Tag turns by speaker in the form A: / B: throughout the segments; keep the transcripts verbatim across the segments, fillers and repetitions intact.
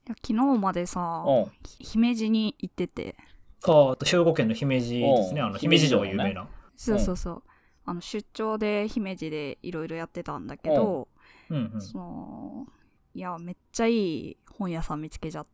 A: いや昨日までさ、
B: うん
A: ひ姫路に行ってて、
C: ああ、兵庫県の姫路ですね。
B: うん
C: あの姫路城が有名な。
A: そうそうそう、あの出張で姫路でいろいろやってたんだけど、
C: うんうん。
A: そのいやめっちゃいい本屋さん見つけちゃって、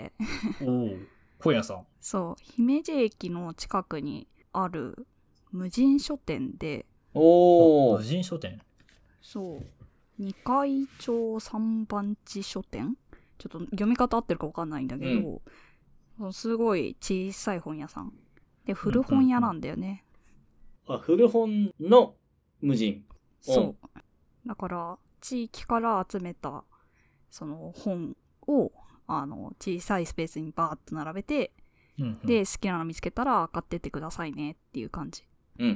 C: おお。本屋さん。
A: そう姫路駅の近くにある無人書店で、
B: おー
C: 無人書店。
A: そう二階町三番地書店、ちょっと読み方合ってるか分かんないんだけど、うん、すごい小さい本屋さんで古本屋なんだよね、
B: あ、古本の無人。
A: そうだから地域から集めたその本をあの小さいスペースにバーッと並べて、
C: うんうん、
A: で好きなの見つけたら買ってってくださいねっていう感じ。
B: うんうん。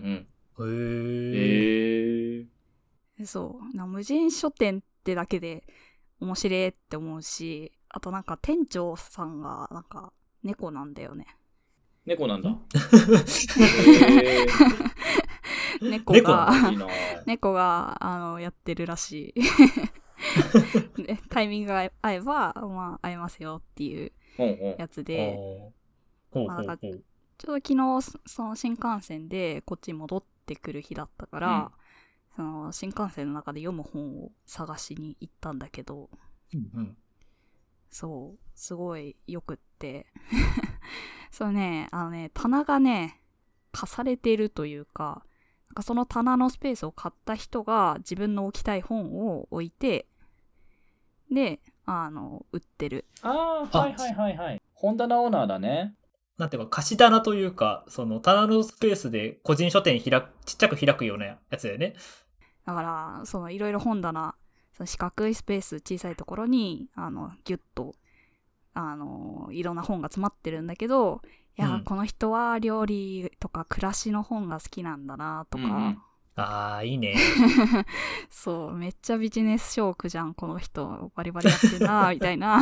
C: へえ。
B: へ
A: ーそうな、無人書店ってだけで面白いって思うし、あとなんか店長さんがなんか猫なんだよね。
B: 猫なんだ。
A: へ猫
C: 猫
A: が
B: いいな
A: 猫があのやってるらしいでタイミングが合えば、まあ、会えますよっていうやつで、
C: ほうほう
A: まあ、なんか
C: ほう。
A: ちょうど昨日その新幹線でこっちに戻ってくる日だったから、うん、その新幹線の中で読む本を探しに行ったんだけど、
C: うんうん、
A: そうすごいよくってそうね、あのね棚がね重されているというか、なんかその棚のスペースを買った人が自分の置きたい本を置いて、であの売ってる。
B: ああ、はいはいはいはい。本棚オーナーだね。
C: なんていうか貸し棚というか、その棚のスペースで個人書店開く、ちっちゃく開くようなやつだよね。
A: だからそのいろいろ本棚、その四角いスペース小さいところにあのギュッとあのいろんな本が詰まってるんだけど、いや、うん、この人は料理とか暮らしの本が好きなんだなとか、うんうん、
C: あーいいね
A: そうめっちゃビジネスショークじゃんこの人、バリバリやってんなみたいな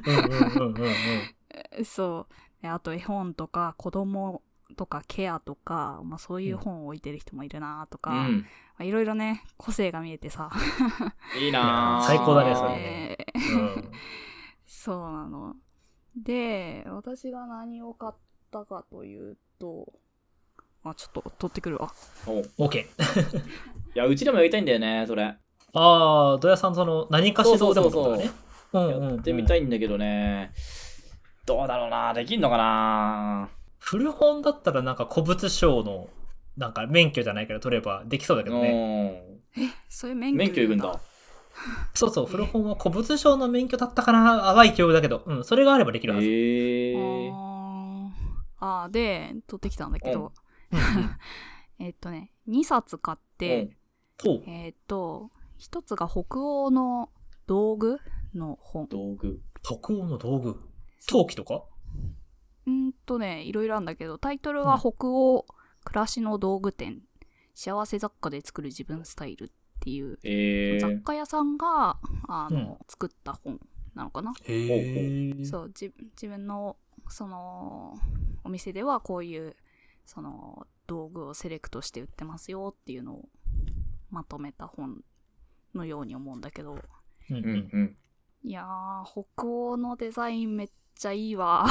A: そうあと絵本とか子供とかケアとか、まあ、そういう本を置いてる人もいるなとか、いろいろね個性が見えてさ
B: いいな
C: 最高だねそれね、うん、
A: そうなので、私が何を買ったかというと、あ、ちょっと取ってくるわ。
C: お OK
B: いやうちでもやりたいんだよねそれ。
C: ああ、土屋さんその何かしらでもとかね、
B: やってみたいんだけどね、どうだろうな、できんのかな。
C: 古本だったらなんか古物商のなんか免許じゃないから取ればできそうだけどね。
A: え、そういう免許
B: 免許いるんだ。
C: そうそう、古本は古物商の免許だったかな、淡い記憶だけど、うん、それがあればできるはず。
B: へー。
A: あーで取ってきたんだけど、えっとねにさつ買って、えっとひとつが北欧の道具の本。
B: 道具。
C: 北欧の道具。陶器とか？
A: うんとねいろいろあるんだけど、タイトルは北欧暮らしの道具店、幸せ雑貨で作る自分スタイルっていう、
B: えー、
A: 雑貨屋さんがあの、うん、作った本なのかな。
C: へー。
A: そう自分のそのお店ではこういうその道具をセレクトして売ってますよっていうのをまとめた本のように思うんだけど、
C: うんうんうん、
A: いやー北欧のデザインめっちゃいいわ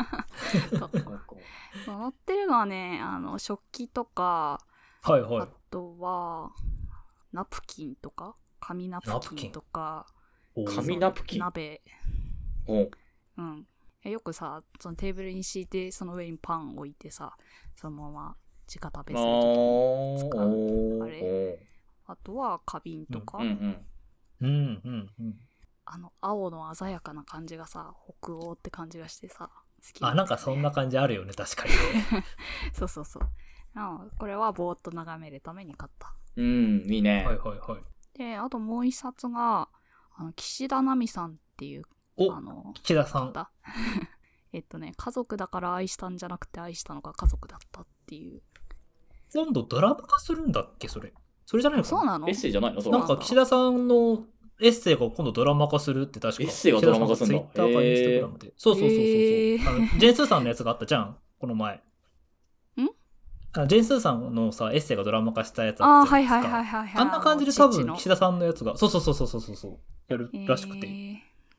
A: 載ってるのはね、あの食器とか、
C: はいはい、
A: あとはナプキンとか紙ナプキンとか、
B: 紙ナプキン、
A: 鍋、うん、よくさそのテーブルに敷いてその上にパン置いてさそのまま直食べするときに使うあれ、あとは花瓶とか、
B: うんうん
C: うんうんうん、
A: あの青の鮮やかな感じがさ北欧って感じがしてさ好き、
C: ね、あなんかそんな感じあるよね確かにね
A: そうそうそう、これはぼーっと眺めるために買った。
B: うんいいね。
C: はいはいはい。
A: であともう一冊があの岸田奈美さんっていう
C: お
A: あの
C: 岸田さん
A: えっとね家族だから愛したんじゃなくて愛したのが家族だったっていう。
C: 今度ドラマ化するんだっけそれ。それじゃないのかな。
A: そうなの？
B: エッセイじゃないの？
C: なんか岸田さんのエッセイが今度ドラマ化するって確か。
B: エッセイがドラマ化するんだ。
C: ツイッターかインスタグラムで。そうそうそうそうそう。えー、あのジェンスーさんのやつがあったじゃんこの前。
A: ん？
C: あのジェンスーさんのさエッセイがドラマ化したやつ
A: あったじゃないですか。あはいはいはいはい、はい、
C: あんな感じで多分岸田さんのやつがそうそうそうそうそうそうやるらしくて。えー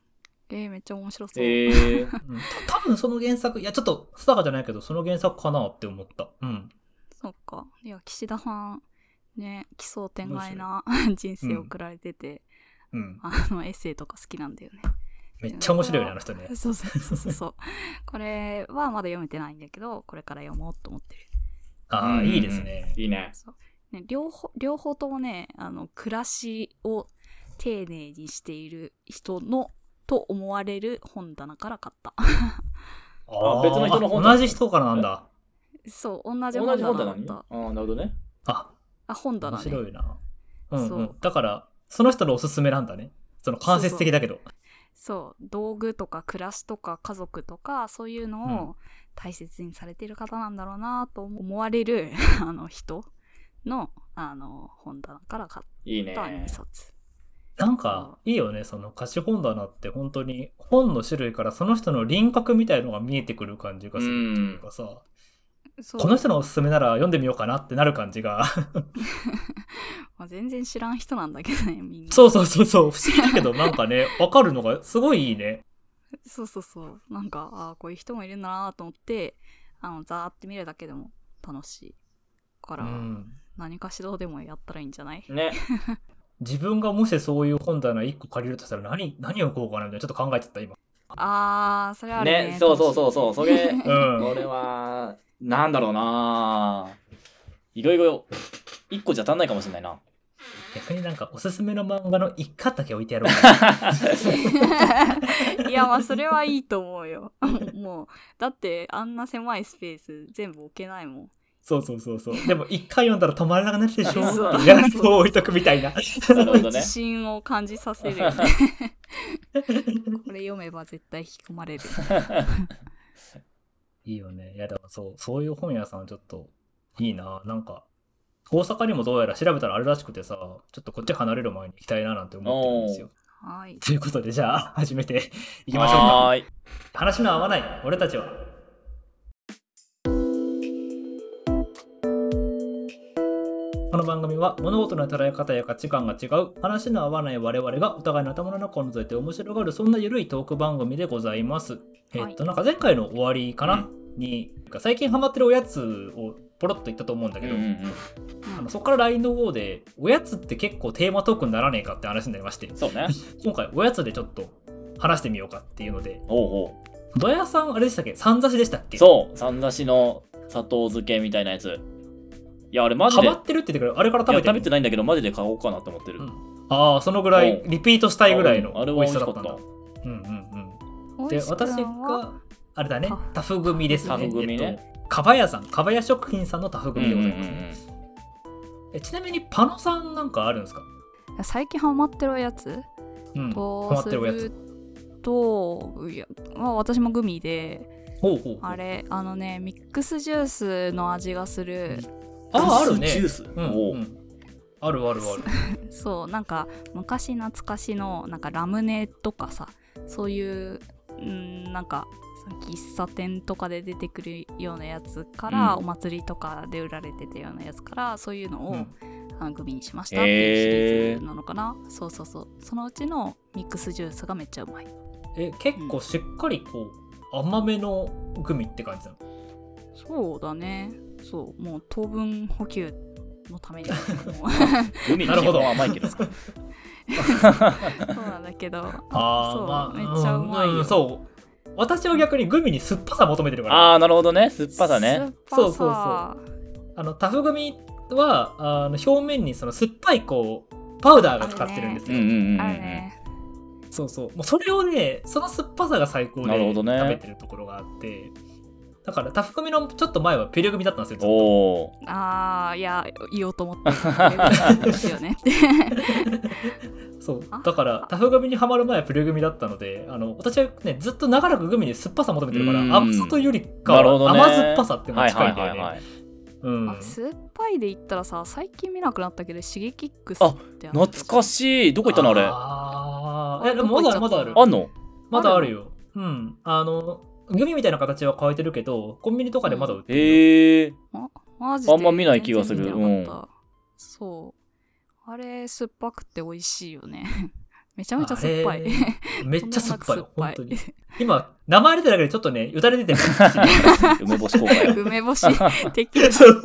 A: えー、めっちゃ面白そう。
B: えー、
C: うん、た多分その原作、いやちょっと定かじゃないけど、その原作かなって思った。うん。
A: そっか。いや、岸田さん、ね、奇想天外な人生を送られてて、
C: うん。
A: あの、エッセイとか好きなんだよね。
C: めっちゃ面白いよね、あの人ね。
A: そうそうそうそうそう。これはまだ読めてないんだけど、これから読もうと思ってる。
C: ああ、
B: うん
C: いいですね。
B: いいね。
A: そうね、両方、両方ともね、あの、暮らしを丁寧にしている人の、と思われる本棚から買った。
C: あ
B: 別の人の本
C: 同じ人からなんだ。
A: そう、同じ
B: 同
A: 本
B: じ本棚に
A: 棚だった。
B: ああ、なるほどね。
C: あ、
A: あ、本棚ね。
C: 面白いな。うん、
A: そう
C: うん。だから、その人のおすすめなんだね。その間接的だけど。
A: そう、道具とか暮らしとか家族とかそういうのを大切にされている方なんだろうなと思われるあの人のあの本棚から買
B: いいね。
A: ったにさつ。
C: なんか、いいよね。その貸本棚って本当に本の種類からその人の輪郭みたいのが見えてくる感じがするっていうかさ、
A: そう
C: この人のおすすめなら読んでみようかなってなる感じが。
A: まあ全然知らん人なんだけどね、みんな。
C: そうそうそうそう。不思議だけど、なんかね、わかるのがすごいいいね。
A: そうそうそう。なんか、ああ、こういう人もいるんだなと思って、あの、ざーって見るだけでも楽しいか
C: う
A: ら、
C: ん。
A: 何かしらでもやったらいいんじゃない？
B: ね。
C: 自分がもしそういう本棚いっこ借りるとしたら何、何を置こうかなみたいなちょっと考えてた、今。
A: あー、それあるね。
B: ね、そうそうそうそう。それ、
C: うん。
B: これは、なんだろうな。いろいろ、いっこじゃ足んないかもしれないな。
C: 逆になんかおすすめの漫画の一巻だけ置いてやろうかな。
A: いや、まあ、それはいいと思うよ。もう、だって、あんな狭いスペース全部置けないもん。
C: そうそうそうそう。でも一回読んだら止まらなくなるでしょ
A: そう
C: ってやらそう置いとくみたいな。
A: すごい
B: なるほどね
A: 自信を感じさせるよね。これ読めば絶対引き込まれる。
C: いいよね。いや、でもそう、そういう本屋さんちょっといいな。なんか、大阪にもどうやら調べたらあるらしくてさ、ちょっとこっち離れる前に行きたいななんて思ってるんですよ。
A: はい。
C: ということで、じゃあ、始めていきましょうか。
B: はーい。
C: 話の合わない、俺たちは。この番組は物事の捉え方や価値観が違う話の合わない我々がお互いの頭の中を覗いて面白がるそんなゆるいトーク番組でございます。えっとなんか前回の終わりかな、に最近ハマってるおやつをポロッと言ったと思うんだけど、
B: うんうんうん
C: あのそこから ライン の方でおやつって結構テーマトークにならねえかって話になりまして、
B: そうね。
C: 今回おやつでちょっと話してみようかっていうので、
B: おうおう。
C: どやさんあれでしたっけ、さんざしでしたっけ。
B: そう、さんざしの砂糖漬けみたいなやつ。いや、あれマジで。
C: ハマってるって言ってくれる、あれから食べてる。
B: いや食べてないんだけど、マジで買おうかなと思ってる。
C: うん、ああ、そのぐらいリピートしたいぐらいの
B: あれは
C: 美
B: 美味しかった
C: 味しさだったんだ。うんうんうん。で、
A: 美味しく
C: 私があれだね、タフ組ですね。
B: タフ組ね。
C: えっと、かばやさん、かばや食品さんのタフ組でございますね。
B: うんうんうんうん、
C: えちなみにパノさんなんかあるんですか。
A: 最近ハマってるやつ、
C: うん、ハ
A: と
C: マってるおやつ。
A: と、いや、まあ、私もグミで、
C: ほうほうほう。
A: あれ、あのね、ミックスジュースの味がする。
C: ああ、あるね。
B: ジュース。
C: うん
B: おう、
C: うん、あるあるある。
A: そう、なんか昔懐かしのなんかラムネとかさ、そういう、んなんか喫茶店とかで出てくるようなやつから、
B: うん
A: お祭りとかで売られてたようなやつからそういうのを、
C: うん
A: あのグミにしましたっていうシリーズなのかな、そうそうそう、そのうちのミックスジュースがめっちゃうまい。
C: え結構しっかりこう甘めのグミって感じなの。
A: そうだね、そうもう糖分補給のためにもう
B: グミって基本甘いけど。
A: そうなんだけど、
C: あ
A: そう、
C: まあ、
A: めっちゃうまいよ、
C: んんそう私は逆にグミに酸っぱさ求めてるから。
B: ああ、なるほどね。酸っぱさね。
A: 酸っぱさ、
C: そうそうそう。あのタフグミはあの表面にその酸っぱいこうパウダーがかかってるんですよ。
B: うんうんうんうん。
A: あるね。
C: そうそう。もうそれをね、その酸っぱさが最高で
B: なるほどね
C: 食べてるところがあって、だからタフグミのちょっと前はピルグミだったんですよ。ずっと
B: おお。
A: ああ、いや、言おうと思ってですよねって
C: そうだからタフグミにはまる前はピルグミだったので、あの私はねずっと長らくグミで酸っぱさ求めてるから、
B: うん
C: 甘さというよりか
B: なるほどね
C: 甘酸っぱさっていうのが近いんだよね。
B: はいはいはいはい。
C: うん
A: あ、酸っぱいで言ったらさ、最近見なくなったけど、シゲキックスってある
B: 懐かしい。どこ行ったのあれ。
C: あーえでもまだまだある。
B: あんの？
C: まだあるよ。うんあのグミみたいな形は変えてるけど、コンビニとかでまだ売ってるよ。
B: へえ。
A: マジで
B: あんま見ない気がする
A: 全然見てなかったそう。あれ、酸っぱくて美味しいよね。 めちゃめちゃ酸っぱい。
C: あれめっちゃ酸っぱいよ、
A: とんでもなく酸っぱい
C: 本当に。今、名前出ただけでちょっとね、よだれ出てる。
B: 梅干し効果や。
A: 梅干し的な。
C: そう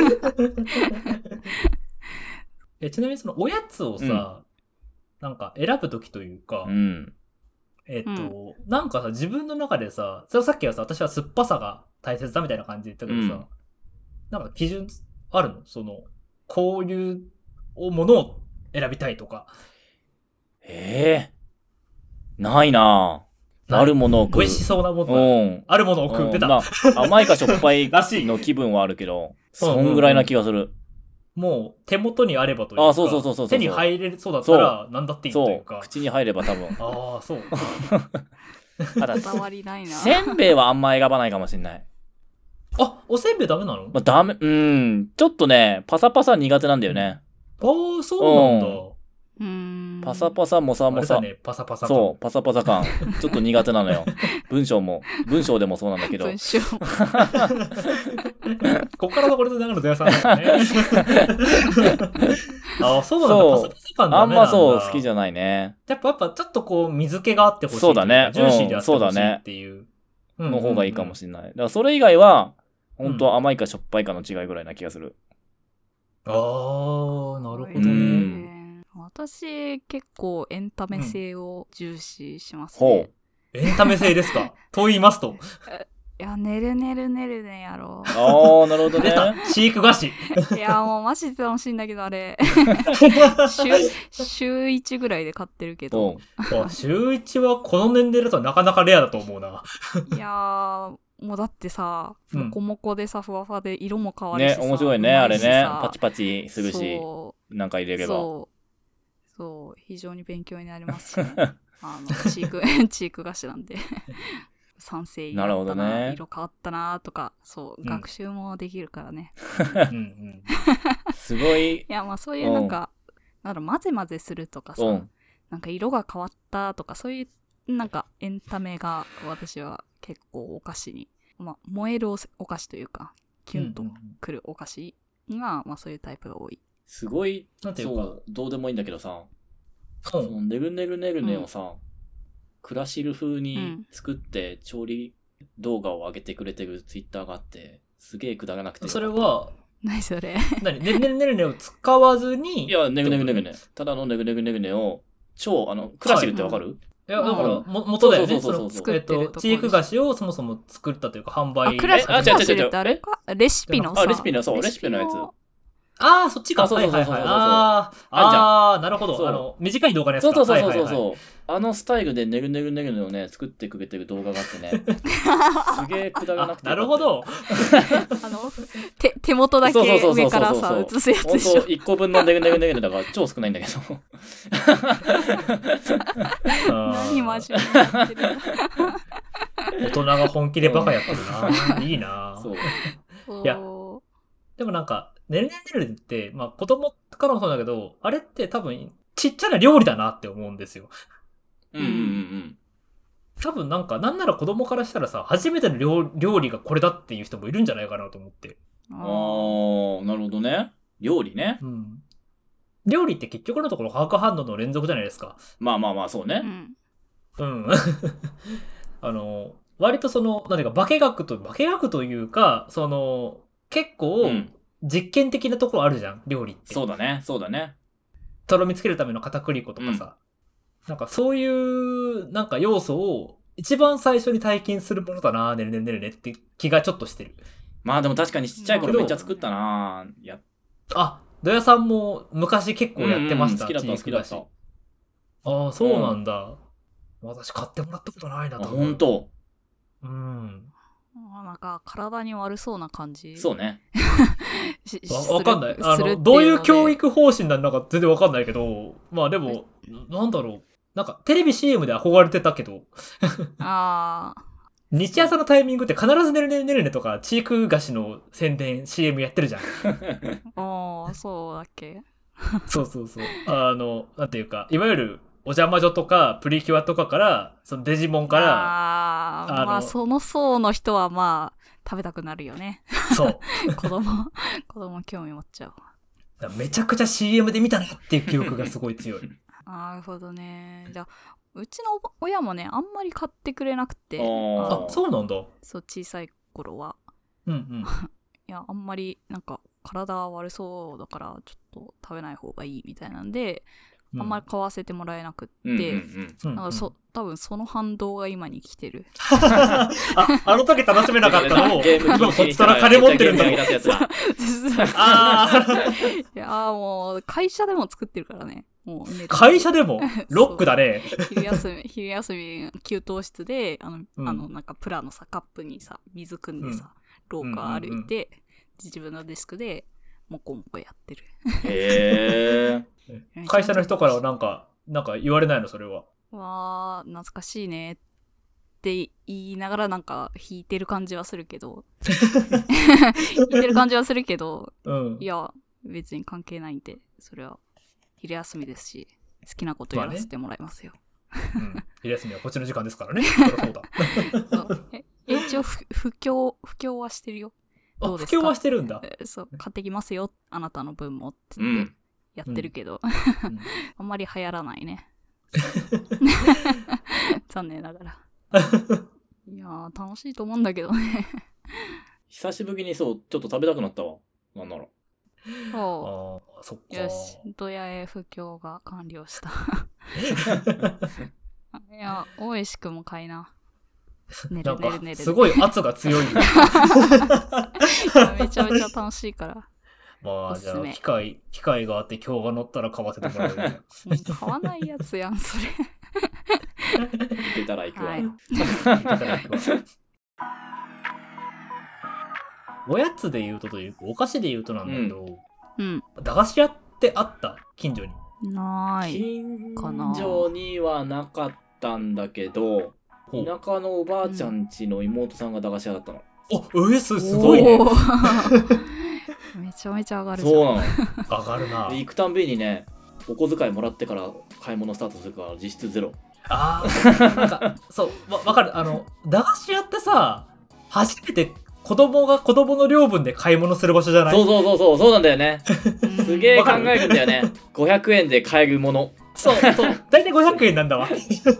C: えちなみにそのおやつをさ、なんか選ぶときというか、
B: うん。
C: えっと、なんかさ、自分の中でさ、それさっきはさ、私は酸っぱさが大切だみたいな感じで言ったけどさ、
B: うん
C: なんか基準あるのその、こういうものを選びたいとか。
B: ええー。ないなぁ。あるものを食う。
C: 美味しそうなもの、
B: うん。
C: あるものを食う。出た。
B: まあ、甘いかしょっぱい
C: らしい
B: の気分はあるけど、
C: うんうんうん
B: そんぐらいな気がする。
C: もう手元にあればというか、
B: あそうそうそうそうそう
C: 手に入れそうだったら何だっていいと
B: そう。
C: いうか。
B: 口に入れば多分。
C: ああ、そう。
B: ただ、
A: こだわりないな。
B: せんべいはあんま選ばないかもしれない。
C: あ、おせんべいダメなの、
B: まあ、ダメ、うん。ちょっとね、パサパサ苦手なんだよね。
C: ああ、そうなんだ。
B: うん
A: うーん。
B: パサパサ、もさもさ。
C: あれだね、パサパサ感。
B: そう、パサパサ感。ちょっと苦手なのよ。文章も、文章でもそうなんだけど。
A: 文章。
C: こっからそこでつながる土屋さんだよね。ああ、そうなんだ。
B: そう
C: パサパサ感ダ
B: あん
C: メなんだ。
B: まそう、好きじゃないね。
C: やっぱ、やっぱちょっとこう、水気があってほしい。
B: そうだね
C: ジューシーであってほしい
B: うんそうだね
C: っていう。
B: の方がいいかも
C: れ
B: しれない。だからそれ以外は、本当は甘いかしょっぱいかの違いぐらいな気がする。
C: ない。ああ、なるほど
B: う
C: ね。
B: ん
A: 私、結構エンタメ性を重視します
B: ほ
A: ね。
B: う。
C: エンタメ性ですかと言いますと。
A: いや、ねるねるねるねやろ
B: ああ、なるほど
C: 出た
B: ね。
C: チーク菓子。
A: う。いや、もうマジで楽しいんだけど、あれ。週、週いちぐらいで買ってるけ
B: う
A: ど
B: ん。。
C: あ週一はこの年齢だとなかなかレアだと思うな。
A: いやー、もうだってさ、
C: うん
A: モコモコでさ、ふわふわで色も変わるし
B: ね、
A: さ。
B: 面白いね、
A: うま
B: あれね。
A: しさ
B: パチパチするし、
A: そう
B: なんか入れれば。
A: そう。そう。非常に勉強になりますし、ね、あの、チーク、チーク菓子なんで。賛成
B: なるほど
A: だな、
B: ね
A: 色変わったなとか、そう、
C: うん
A: 学習もできるからね。
C: うんうん。
B: すごい
A: い、や、まあそういうなんか、なんだろう、混ぜ混ぜするとかさ、
B: うん。
A: なんか色が変わったとか、そういうなんかエンタメが私は結構お菓子に、まあ燃えるおお菓子というか、キュンと
C: うんうん
A: くるお菓子が、まあそういうタイプが多い。
B: すごい、
C: なんていうか
B: そう、どうでもいいんだけどさ、
C: う
B: そ
C: ん
B: のねるねるねるねをさ、クラシル風に作って調理動画を上げてくれてるツイッターがあって、すげえくだらなくて。
C: それは、
A: 何それ
C: 何ねるねるねるねを使わずに。
B: いや、ねぐねぐねぐね。ただのねぐねぐねぐねを、超、あの、クラシルってわかる、
C: いや、だから、
B: うん
C: も元だよね。
B: そうそうそうそう
C: そのえっと、チーク菓子をそもそも作ったというか、販売。
A: あ、クラシ
B: えあ
A: クラシ
B: 違う違う違う
A: ルってあれかレシピのさ。
B: あレシピのそうレシピのやつ
C: ああ、そっちか。
B: あそうそうそうそう
C: はいはいはい、あー
B: あんじゃん
C: あー、なるほ
B: そう
C: ど。あの、短い動画のやつか。
B: そうそうそうそうそう、
C: はいはいはい
B: あのスタイルでねぐねぐねぐねをね、作ってくれてる動画があってね、すげえくだらな
C: あ
B: くて。
C: なるほど。
A: あの、手、手元だけ
B: そうそうそうそう
A: 上からさ、映すやつ
B: ほん
A: でしょ
B: と。いっこぶんのねぐねぐねぐねだから超少ないんだけど。
A: 何真面目にやってる
C: 大人が本気でバカやってるな。いいな。
B: そう。
A: そう
C: いやでもなんか、ねるねるねるって、まあ子供からもそうだけど、あれって多分、ちっちゃな料理だなって思うんですよ。
B: うんうんうん
C: 多分なんか、なんなら子供からしたらさ、初めての料料理がこれだっていう人もいるんじゃないかなと思って。
B: うん。
A: あ
B: あー、なるほどね。料理ね。
C: うん。料理って結局のところ化学反応の連続じゃないですか。
B: まあまあまあ、そう
A: ー
B: ね
A: う。ん。
C: うん。あの、割とその、何か化学と、化学というか、その、結
B: う
C: 構
B: ん、
C: 実験的なところあるじゃん、料理って。
B: そうだね。そうだね。
C: とろみつけるための片栗粉とかさ。なんかそういう、なんか要素を一番最初に体験するものだな、ねるねるねるねって気がちょっとしてる。
B: まあでも確かにちっちゃい頃
C: うん
B: めっちゃ作ったな。や
C: あ、土屋さんも昔結構やってました。
B: うんうん好きだった好きだった。
C: チーク菓子ああ、そうなんだ。私買ってもらったことないな、
B: あ、
C: 多分
B: ほんと。
C: うん。
A: あなんか体に悪そうな感じ。
B: そうね。
A: し
C: わわかんない。あの、
A: するって
C: どういう
A: ので
C: 教育方針なのか全然わかんないけど、まあでも、なんだろう。なんか、テレビ シーエム で憧れてたけど、
A: ああ。
C: 日朝のタイミングって必ずねるねるねるねとか、チーク菓子の宣伝 シーエム やってるじゃん。
A: ああ、そうだっけ。
C: そうそうそう。あの、なんていうか、いわゆる、お邪魔女とか、プリキュアとかから、そのデジモンから、
A: ああ、
C: あの
A: まあその層の人はまあ食べたくなるよね。
C: そう。
A: 子供、子供興味持っちゃう。
C: めちゃくちゃ シーエム で見たなっていう記憶がすごい強い。
A: なるほどね。じゃあうちの親もねあんまり買ってくれなくて、
B: あー
C: あ、そうなんだ。
A: そう小さい頃は
C: うんうん。
A: いやあんまりなんか体悪そうだからちょっと食べない方がいいみたいなんで、
C: うん、
A: あんまり買わせてもらえなくって、
B: うんうんうん
C: うんうん、
A: なんかそ多分その反動が今に来てる。
C: あ、あの時楽しめなかったのを
B: ゲーム
C: 今こっちから金持ってるんだもん。
B: ゲームに出すやつだ。
C: あ
A: いやーもう会社でも作ってるからね。もう寝て
C: 会社でもロックだね。
A: 昼休み昼休み給湯室であの、
C: うん、
A: あのなんかプラのさカップにさ水汲んでさ、うん、廊下歩いて、うんうんうん、自分のデスクでモコモコやってる。
B: へ
C: え。会社の人からはなんかなんか言われないのそれは。
A: わー懐かしいねって言いながらなんか弾いてる感じはするけど弾いてる感じはするけど、うん、いや別に関係ないんでそれは昼休みですし好きなことやらせてもらいますよ、
C: まあねうん、昼休みはこっちの時間ですからね。そりゃそうだ。
A: そうえ一応布教布教はしてるよ。どうですか？
C: 布教はしてるんだ。
A: そう買ってきますよあなたの分もって言ってやってるけど、うん、あんまり流行らないね。残念ながら。いやー楽しいと思うんだけどね。
B: 久しぶりにそうちょっと食べたくなったわ。なんなら。
A: そう。
C: あそっか。
A: よしドヤへ布教が完了した。いや大石くんも買いな。寝る寝る寝る。
C: すごい圧が強い。
A: めちゃめちゃ楽しいから。
C: まあじゃあ機会機会があって今日が乗ったら買わせてもらう、ね。
A: 買わないやつやんそれ。
B: 出たら行くわ。はい、
C: 出たら行くわ。おやつで言うとというかお菓子で言うとなんだけど、
A: うん、
C: 駄菓子屋ってあった近所に。
A: ない
B: 近所にはなかったんだけど田舎のおばあちゃん家の妹さんが駄菓子屋だったの。
C: お、ウエスすごいね。
A: めちゃめちゃ上がるじゃん。
B: そうなの。
C: 上がるな。
B: で行くたんびにねお小遣いもらってから買い物スタートするから実質ゼロ。
C: ああ、なんかそうわ、わかる。あの駄菓子屋ってさ初めて子供が子供の領分で買い物する場所じゃない？
B: そうそうそうそうそうなんだよね。すげえ考えるんだよね。ごひゃくえんで買えるもの。
C: そうそう。だいたいごひゃくえんなんだわ。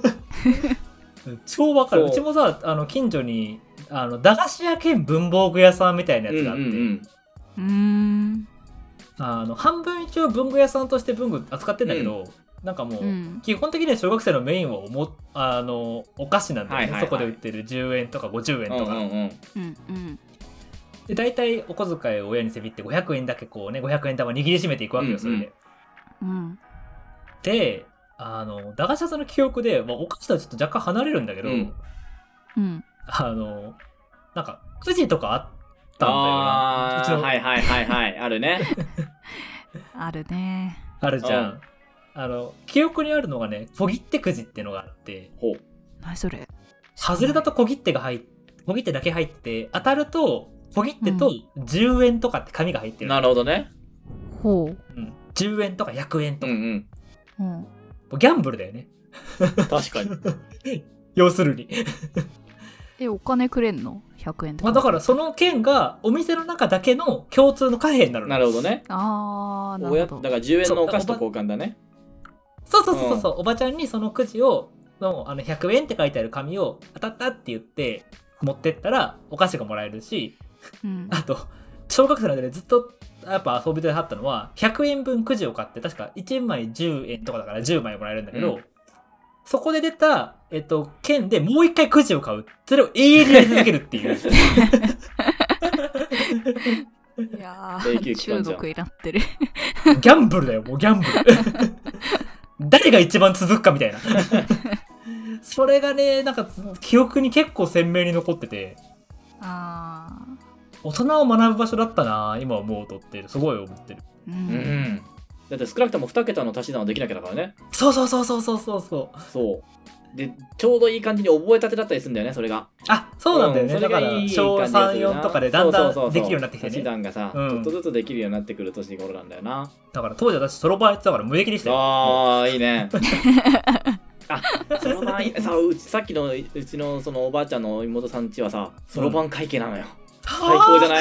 C: 超わかる。うちもさあの近所にあの駄菓子屋兼文房具屋さんみたいなやつがあって、うんうん
A: うん、うーん
C: あの半分一応文具屋さんとして文具扱ってんだけど、うん、なんかもう、うん、基本的には小学生のメインはおもあのお菓子なんだよね、はいはいはい、そこで売ってるじゅうえんとかごじゅうえんとか、うんうんうん、で大体お小遣いを親にせびってごひゃくえんだけこうねごひゃくえん玉握りしめていくわけよそれで、
A: うんうん、
C: であの駄菓子屋さんの記憶で、まあ、お菓子とはちょっと若干離れるんだけど、うん
A: うん、
C: あのなんかくじとかあったんだよな。
B: あうちのはいはいはいはいあるね
A: あるね
C: あるじゃん、うん、あの記憶にあるのがね小切手くじってのがあって、
B: ほう
A: 何それ
C: 外れだと小切手が入って小切手だけ入って当たると小切手とじゅうえんとかって紙が入ってる、
B: うん、なるほどね。
A: ほう、
C: うん、じゅうえんとかひゃくえんとか、
B: うんうん、
C: もうギャンブルだよね
B: 確かに
C: 要するに
A: えお金くれんのひゃくえんとか、
C: まあ、だからその券がお店の中だけの共通の貨幣になる。
B: なるほどね。
A: あーなるほど。
B: だからじゅうえんのお菓子と交換だね。
C: そうそうそうそう、うん、おばちゃんにそのくじをのあのひゃくえんって書いてある紙を当たったって言って持ってったらお菓子がもらえるし、うん、あと小学生の間でずっとやっぱ遊びであったのはひゃくえんぶんくじを買って確かいちまいじゅうえんとかだからじゅうまいもらえるんだけど、うん、そこで出た、えっと、券でもう一回くじを買う。それを永遠にやり続けるっていう。
A: いやー、中毒になってる。
C: ギャンブルだよ、もうギャンブル。誰が一番続くかみたいな。それがね、なんか記憶に結構鮮明に残ってて。
A: あ
C: 大人を学ぶ場所だったな、今思うとってすごい思ってる。
A: うん。
B: うんだって少なくともに桁の足し算はできなきゃだからね。
C: そうそうそうそうそうそうそう
B: そうでちょうどいい感じに覚えたてだったりするんだよねそれが。
C: あそうなんだよね、うん、だから小さん、よんとかでだんだんできるようになってきてね。
B: 足し算がさ、うん、ちょっとずつできるようになってくる年頃なんだよな。
C: だから当時私そろばんやってたから無敵でしたよ。
B: ああいいねあそろばんさうちさっきのうちのそのおばあちゃんの妹さん家はさそろばん会計なのよ、うん最高じゃない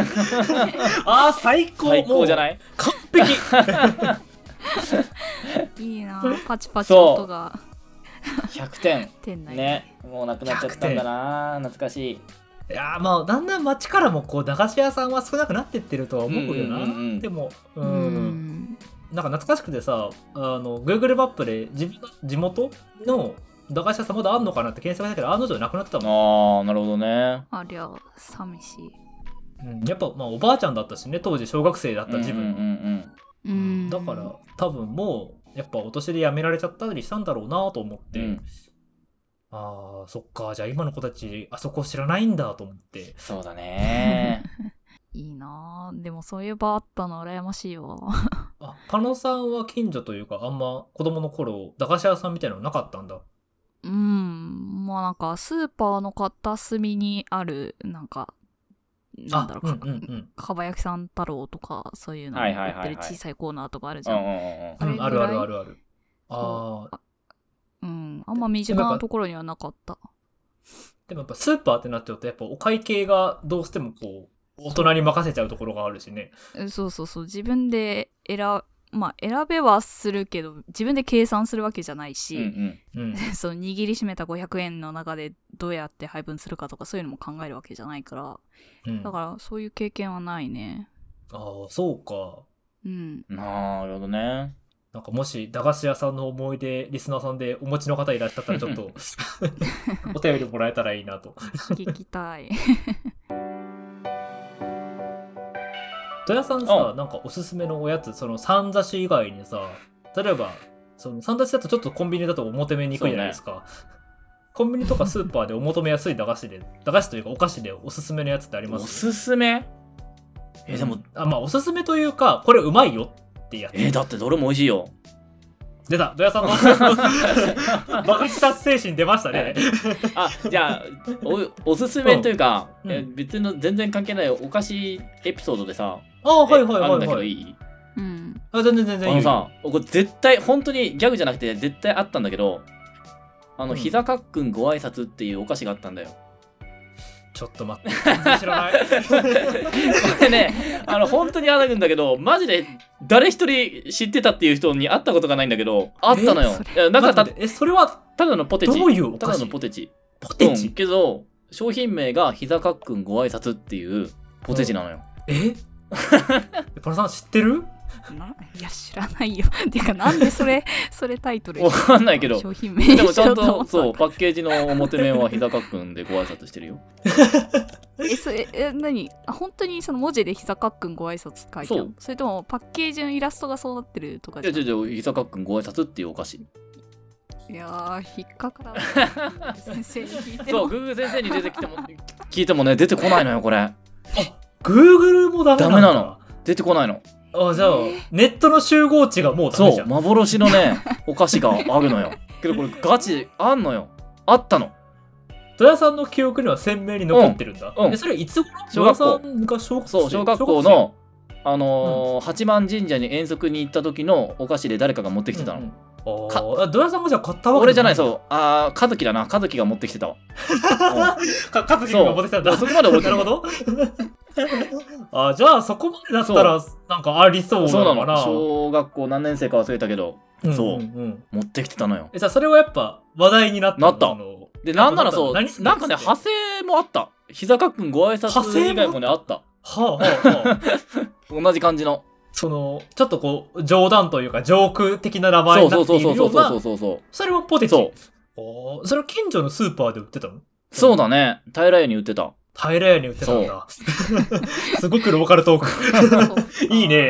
C: あー最高
B: 最高じゃない
C: 完璧
A: いいなパチパチ音が
B: ひゃくてん
A: 店内
B: ね、もうなくなっちゃったんだな。懐かしい。
C: いやーまあだんだん街からもこう駄菓子屋さんは少なくなってってるとは思うよな、
B: うんうんうんうん、
C: でもう
A: うんん
C: なんか懐かしくてさ、あの Google マップで自分の地元の駄菓子屋さんまだあんのかなって検索したけど案の定なくなってたもん。
B: ああ、なるほどね。
A: ありゃ寂しい。
C: うん、やっぱまあおばあちゃんだったしね、当時小学生だった自分、
B: うんうんうん
A: うん、
C: だから多分もうやっぱお年で辞められちゃったりしたんだろうなと思って、
B: うん、
C: あーそっか、じゃあ今の子たちあそこ知らないんだと思って。
B: そうだね
A: いいなでもそういう場あったの羨ましいわ
C: あ、パノさんは近所というかあんま子供の頃駄菓子屋さんみたいなのなかったんだ。
A: うんまあなんかスーパーの片隅にあるなんかなんだろう、
C: うんうんうん、
A: かば焼きさん太郎とかそういうの売ってる小さいコーナーとかあるじゃん、
B: うんうんうん、
C: あれあるあるあるある。
A: ああうんあんま身近なところにはなかった。
C: でもやっぱスーパーってなっちゃうとやっぱお会計がどうしてもこう大人に任せちゃうところがあるしね。
A: そうそうそう自分で選まあ選べはするけど自分で計算するわけじゃないし、
B: うん
C: うん、
A: そう握りしめたごひゃくえんの中でどうやって配分するかとかそういうのも考えるわけじゃないから、うん、だからそういう経験はないね。
C: ああそうか。
A: うん
B: なるほどね。
C: なんかもし駄菓子屋さんの思い出リスナーさんでお持ちの方いらっしゃったらちょっとお便りもらえたらいいなと
A: 聞きたい
C: 戸谷さんさ、なんかおすすめのおやつ、そのさんざし以外にさ、例えばそのさんざしだとちょっとコンビニだとお求めにくいじゃないですか、ね、コンビニとかスーパーでお求めやすい駄菓子で駄菓子というかお菓子でおすすめのやつってあります？
B: おすすめえでも、
C: あまあおすすめというかこれうまいよってやつ。
B: えだってどれも美味しいよ。
C: 出た、戸谷さんのバカした精神出ましたね
B: あじゃあ お, おすすめというか、
C: うんうん、
B: 別の全然関係ないお菓子エピソードでさ
C: あはいはいはいはい、
B: あるんだけどいい？
A: うん、
C: あ全然全然いい。
B: あのさこれ絶対本当にギャグじゃなくて絶対あったんだけどあの、うん、ひざかっくんご挨拶っていうお菓子があったんだよ。
C: ちょっと待って全然知らないこ
B: れねあの本当にあるんだけどマジで誰一人知ってたっていう人に会ったことがないんだけどあったのよ。いやなんかた
C: えそれは
B: ただのポテチ。
C: どういうお菓子？
B: ただのポテチ
C: ポテチ、
B: うん、けど商品名がひざかっくんご挨拶っていうポテチなのよ。
C: えパラさん知ってる？
A: ないや知らないよてかなんでそれそれタイトル
B: わかんないけど
A: 商品名
B: でもちゃんとそうパッケージの表面はひざかっくんでご挨拶してるよ
A: えそれえ何あ本当にその文字でひざかっくんご挨拶書いてある？ そ, それともパッケージのイラストがそうなってるとかじゃ？
B: いやいやいやひざかっくんご挨拶っていうお菓子。
A: いやー引っかから先生に聞いても
B: そうグーグル先生に出てきても聞いてもね出てこないのよこれ。あ
C: グーグルもダメなんだ。
B: ダメなの出てこないの。
C: あじゃあ、えー、ネットの集合値がもうダメじゃん。
B: そう幻のねお菓子があるのよ。けどこれガチあんのよ。あったの。
C: 戸谷さんの記憶には鮮明に残ってるんだ。
B: うんうん、
C: でそれいつ頃？
B: 小学校。
C: が小学
B: そう小学校のあのーうん、八幡神社に遠足に行った時のお菓子で誰かが持ってきてたの。うんうん
C: ああ戸谷さんがじゃあ買ったわけ？
B: 俺じゃないそうああ和樹だな和樹が持ってきてたわ。
C: 和樹が持ってきたんだ。
B: そこまで覚えてる。
C: なるほど。あじゃあそこまでだったらなんかありそうなのかな。
B: 小学校何年生か忘れたけど、うんうんうん、そう持ってきてたのよ。
C: えじゃあそれはやっぱ話題になった
B: なった。でなんならそうなんかね派生もあった。ひざかっくんご挨拶以外もねあった。
C: はあはあは
B: あ同じ感じの
C: そのちょっとこう冗談というかジョーク的な名前になっているような。そうそうそうそう
B: そ
C: れはポテチ。
B: そう
C: おそれは近所のスーパーで売ってたの？
B: そうだね平屋に売ってた。
C: 平屋に売ってたんだ。すごくローカルトークいいね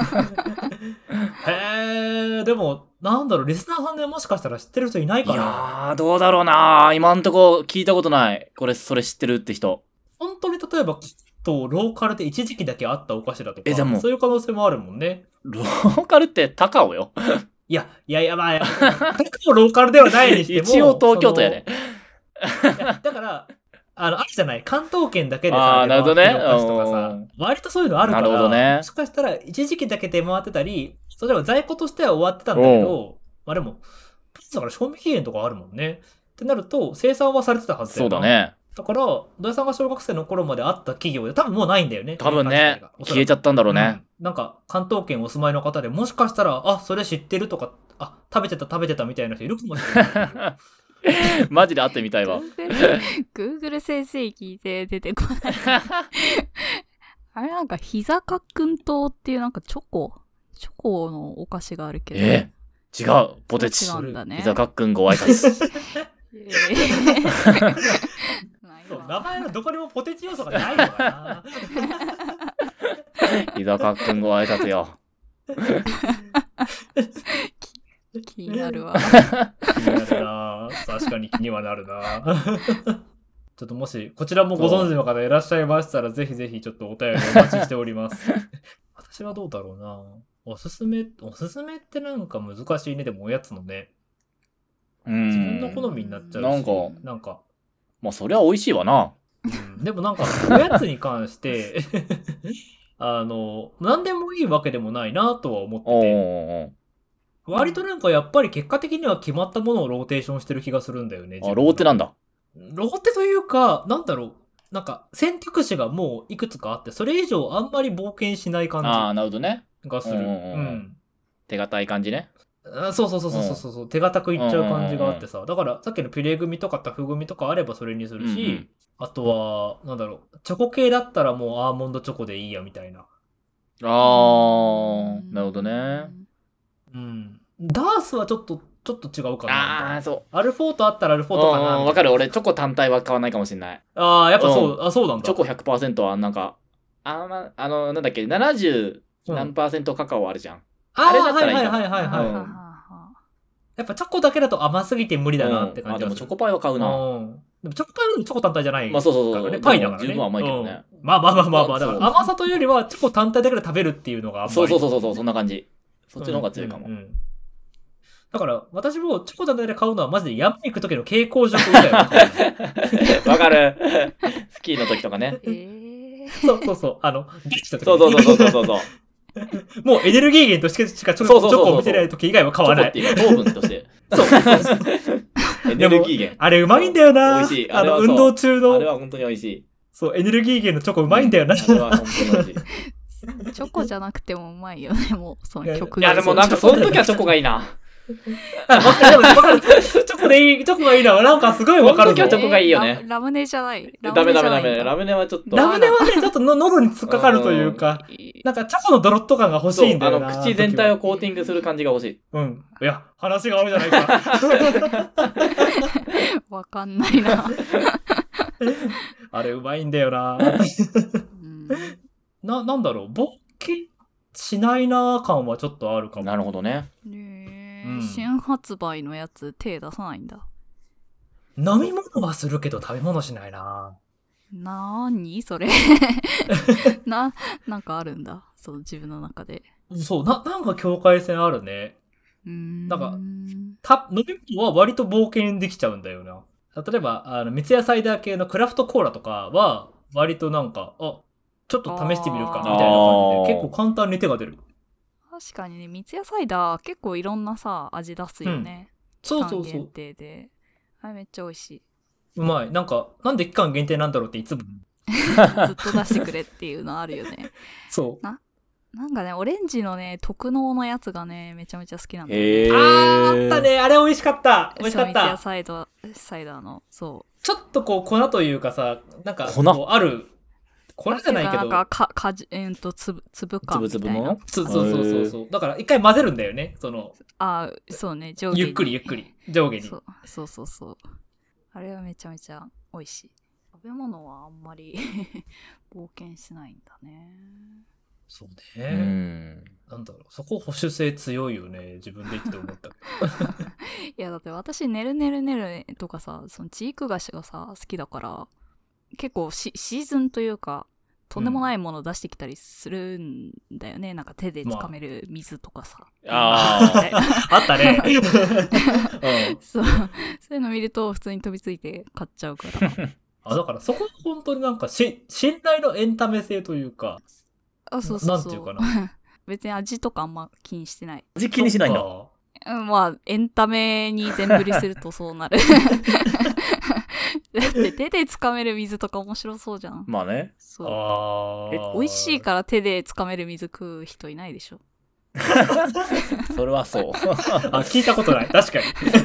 C: へえでもなんだろうリスナーさんでもしかしたら知ってる人いないかな。
B: いやーどうだろうな今んとこ聞いたことないこれそれ知ってるって人。
C: 本当に例えばとローカルで一時期だけあったお菓子だとか
B: えでも
C: そういう可能性もあるもんね。
B: ローカルって高尾よ
C: いやいやいやまあ高尾ローカルではないにしても
B: 一応東京都やで、ね、
C: だからあのあるじゃない関東圏だけで
B: さ
C: 出回ってるお菓子とかさ、
B: ね、
C: 割とそういうのあるから
B: なるほど、ね、
C: もしかしたら一時期だけ出回ってたり例えば在庫としては終わってたんだけどまあでもだから賞味期限とかあるもんねってなると生産はされてたはずだよな。
B: そうだね
C: だから土井さんが小学生の頃まであった企業で多分もうないんだよね。
B: 多分ね消えちゃ
C: っ
B: ったんだろうね、
C: うん、なんか関東圏お住まいの方でもしかしたらあそれ知ってるとかあ食べてた食べてたみたいな人いるかもしれない
B: マジで会ってみたいわ。
A: Google 先生聞いて出てこないあれなんか膝かっくん糖っていうなんかチョコチョコのお菓子があるけど、
B: えー、違うポテチ
A: 違うんだね。
B: ひざかっくんご挨拶
A: えー
C: そう名前のどこにもポテチ要素がないのかな
B: ひざかっくんご挨拶よ
A: 気になるわ
C: 気になるな確かに気にはなるなちょっともしこちらもご存知の方いらっしゃいましたらぜひぜひちょっとお便りお待ちしております私はどうだろうなおすすめおすすめってなんか難しいね。でもおやつのね
B: うん
C: 自分の好みになっちゃうし
B: なんか
C: なんか
B: まあそりゃ美味しいわな、
C: うん、でもなんかおやつに関してあの何でもいいわけでもないなとは思って
B: お
C: て
B: ー
C: 割となんかやっぱり結果的には決まったものをローテーションしてる気がするんだよね。
B: あローテなんだ。
C: ローテというかなんだろうなんか選択肢がもういくつかあってそれ以上あんまり冒険しない感
B: ああなるほどね。
C: じがする。
B: うんうんうん
C: うん
B: 手堅い感じね。
C: あそうそうそうそうそうそう、手堅くいっちゃう感じがあってさ、だからさっきのピュレ組とかタフ組とかあればそれにするし、
B: うんうん
C: あとはなんだろうチョコ系だったらもうアーモンドチョコでいいやみたいな。
B: あーなるほどね。
C: うんダースはちょっとちょっと違うかな。
B: ああそう
C: アルフォートあったらアルフォートかな。
B: わかる。俺チョコ単体は買わないかもしれない。
C: ああやっぱそう、あそうなんだ。
B: チョコ ひゃくパーセント はなんかあ,、まあのなんだっけななじゅう何パーセントカカオあるじゃん、
C: あ
B: あれだったらいいかも
C: はいはいはいはい、はい
B: うん
C: やっぱチョコだけだと甘すぎて無理だなって感じがする。
B: うんあでもチョコパイは買うな。
C: うんでもチョコパイよりチョコ単体じゃない、
B: まあそうそうそう
C: ね、パイだからね。
B: 十分甘いけどね、
C: うんまあまあまあまあまあ、
B: そう
C: だから甘さというよりはチョコ単体だけで食べるっていうのがあんまり。
B: そうそうそうそうそんな感じ。そっちの方が強いかも。
C: うんうんうんだから私もチョコ単体で買うのはマジで山に行く時の蛍光色以外は買う
B: わかる。スキーの時とかね。
A: えー、
C: そうそうそうあのビッチの時
B: そうそうそうそうそうそう。
C: もうエネルギー源としてしかチョ
B: そうそうそうそう
C: コを見てない時以外は買わない。
B: チョコっていうか糖分として。
C: そうそうそう
B: エネルギー源。
C: あれうまいんだよな。
B: 美味しい。
C: あ
B: あれはそう
C: の運動中の
B: あれは本当に美味しい。
C: そうエネルギー源のチョコうまいんだよな。
B: あれは本当に美味しい。
A: チョコじゃなくてもうまいよねもうその曲
B: いやでもなんかその時はチョコがいいな。
C: あわかるでもわかるチョコでいいチョコがいいな。なんかすごいわかるぞ。
B: その時はチョコがいいよね
A: ララムネじゃない
B: ダメダメダメ。ラムネはちょっと。
C: ラムネはねちょっとの喉に突っかかるというか、なんかチョコのドロッと感が欲しいんだよな。
B: そうあの口全体をコーティングする感じが欲しい。
C: うんいや話が合うじゃないか。
A: わかんないな、
C: あれうまいんだよな。
A: うん
C: ななんだろう勃起しないな感はちょっとあるかも。
B: なるほどね。
A: ねえ
C: うん
A: 新発売のやつ手出さないんだ。
C: 飲み物はするけど食べ物しないな。
A: なーにそれな、なんかあるんだその自分の中で。
C: そうななんか境界線あるね。
A: うーん
C: なんかた飲み物は割と冒険できちゃうんだよな。例えばあの三ツ矢サイダー系のクラフトコーラとかは割となんかあちょっと試してみるかみたいな感じで結構簡単に手が出る。
A: 確かにね三ツ矢サイダー結構いろんなさ味出すよね、
C: そうそう
A: 期間限
C: そう
A: 定であれめっちゃ美味しい。
C: うまい。なんかなんで期間限定なんだろうっていつも
A: ずっと出してくれっていうのあるよね。
C: そう
A: なんかねオレンジのね特濃のやつがねめちゃめちゃ好きなんだよね。
B: へえ。
C: あーあったねあれ美味しかった美味しかっ
A: そう三ツ矢
C: た。
A: サイダーサイダーのそう
C: ちょっとこう粉というかさなんか
B: 粉
C: こうある粉じゃないけど
A: なんかかかじえー、と粒粒感みたいな。
B: つぶつぶの
C: そうそうそうそうそうだから一回混ぜるんだよねその
A: あそうね上下に
C: ゆっくりゆっくり上下に。
A: そうそうそうそうあれはめちゃめちゃ美味しい。食べ物はあんまり冒険しないんだね。
C: そう
B: う
C: ね、
B: ん。
C: なんだろうそこ保守性強いよね自分で言って思った
A: いやだって私ねるねるねるとかさそのチーク菓子がさ好きだから結構シシーズンというかとんでもないもの出してきたりするんだよね、うん、なんか手でつかめる水とかさ、
B: あ
C: あったね、
B: うん、
A: そうそういうの見ると普通に飛びついて買っちゃうから
C: あだからそこは本当になんかし信頼のエンタメ性というか
A: あそうそうそう
C: なんていうかな
A: 別に味とかあんま気にしてない。
B: 味気にしないんだ。
A: うん、まあエンタメに全振りするとそうなるだって手でつかめる水とか面白そうじゃん。
B: まあね。
A: そう。
C: あ
A: え、美味しいから手でつかめる水食う人いないでしょ。
B: それはそう。
C: あ、聞いたことない。確かに。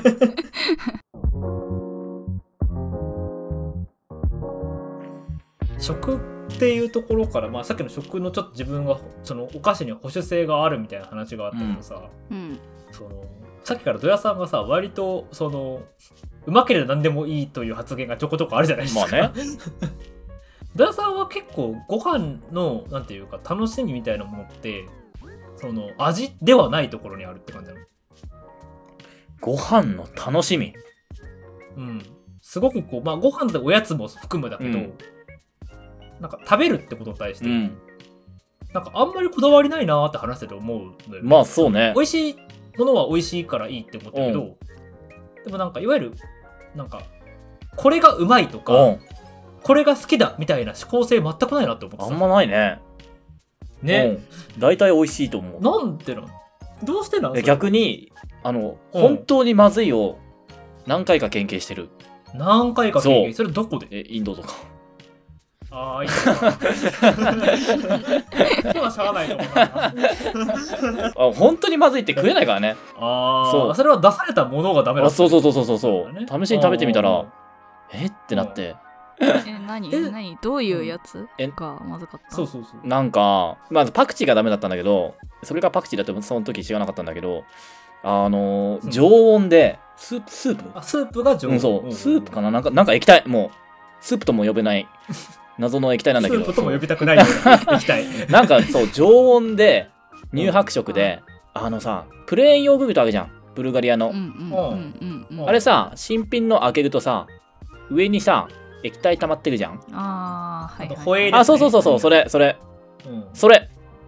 C: 食っていうところから、まあ、さっきの食のちょっと自分がそのお菓子に保守性があるみたいな話があったけどさ、
A: うん。
C: そのさっきからドヤさんがさ割とそのうまければ何でもいいという発言がちょこちょこあるじゃないですか。
B: まあね。
C: ドヤさんは結構ご飯のなんていうか楽しみみたいなものってその味ではないところにあるって感じなの。
B: ご飯の楽しみ。
C: うん。すごくこうまあご飯でおやつも含むだけど、
B: うん
C: なんか食べるってことに対して、
B: うん。
C: なんかあんまりこだわりないなーって話してて思うのよね。
B: まあそうね
C: 美。味しいものは美味しいからいいって思ったけど、
B: うん
C: でもなんかいわゆるなんかこれがうまいとか、
B: うん。
C: これが好きだみたいな思考性全くないなって思ってさ。
B: あんまないね。
C: ね、
B: うん。大体美味しいと思う。
C: なんでなんどうしてなん
B: え逆に、あの、
C: うん
B: 本当にまずいを何回か研究してる。
C: 何回か経験。それどこで
B: え、インドとか。
C: ああ、いいな。今はしゃあないと思うな。
B: あ、本当にまずいって食えないからね。
C: ああ、
B: そう
C: それは出されたものがダメだ
B: あ、
C: った。
B: そうそうそうそうそうそう、
C: ね
B: 試しに食べてみた
C: うん
B: ら、えってなって。
A: え、何
C: え
A: 何どういうやつ
B: え
A: がまずかった？
C: そうそうそう。
B: なんか、まずパクチーがダメだったんだけど、それがパクチーだってその時知らなかったんだけど、あのー
C: うん
B: 常温で、スープ、スープ
C: あ、スープが上手。
B: うん、そう、スープかななんか、なんか液体、もう、スープとも呼べない、謎の液体なんだけど。
C: スープとも呼びたくないような液体。
B: なんか、そう、常温で、乳白色で、あのさ、プレーンヨーグルトあるじゃん。ブルガリアの。
A: うんうんうんうんうん。
B: あれさ、新品の開けるとさ、上にさ、液体溜まってるじゃん。
A: ああ、はい、はい。
C: あとホエール
B: あ、そうそうそうそう、それ、それ、
C: うん
B: それ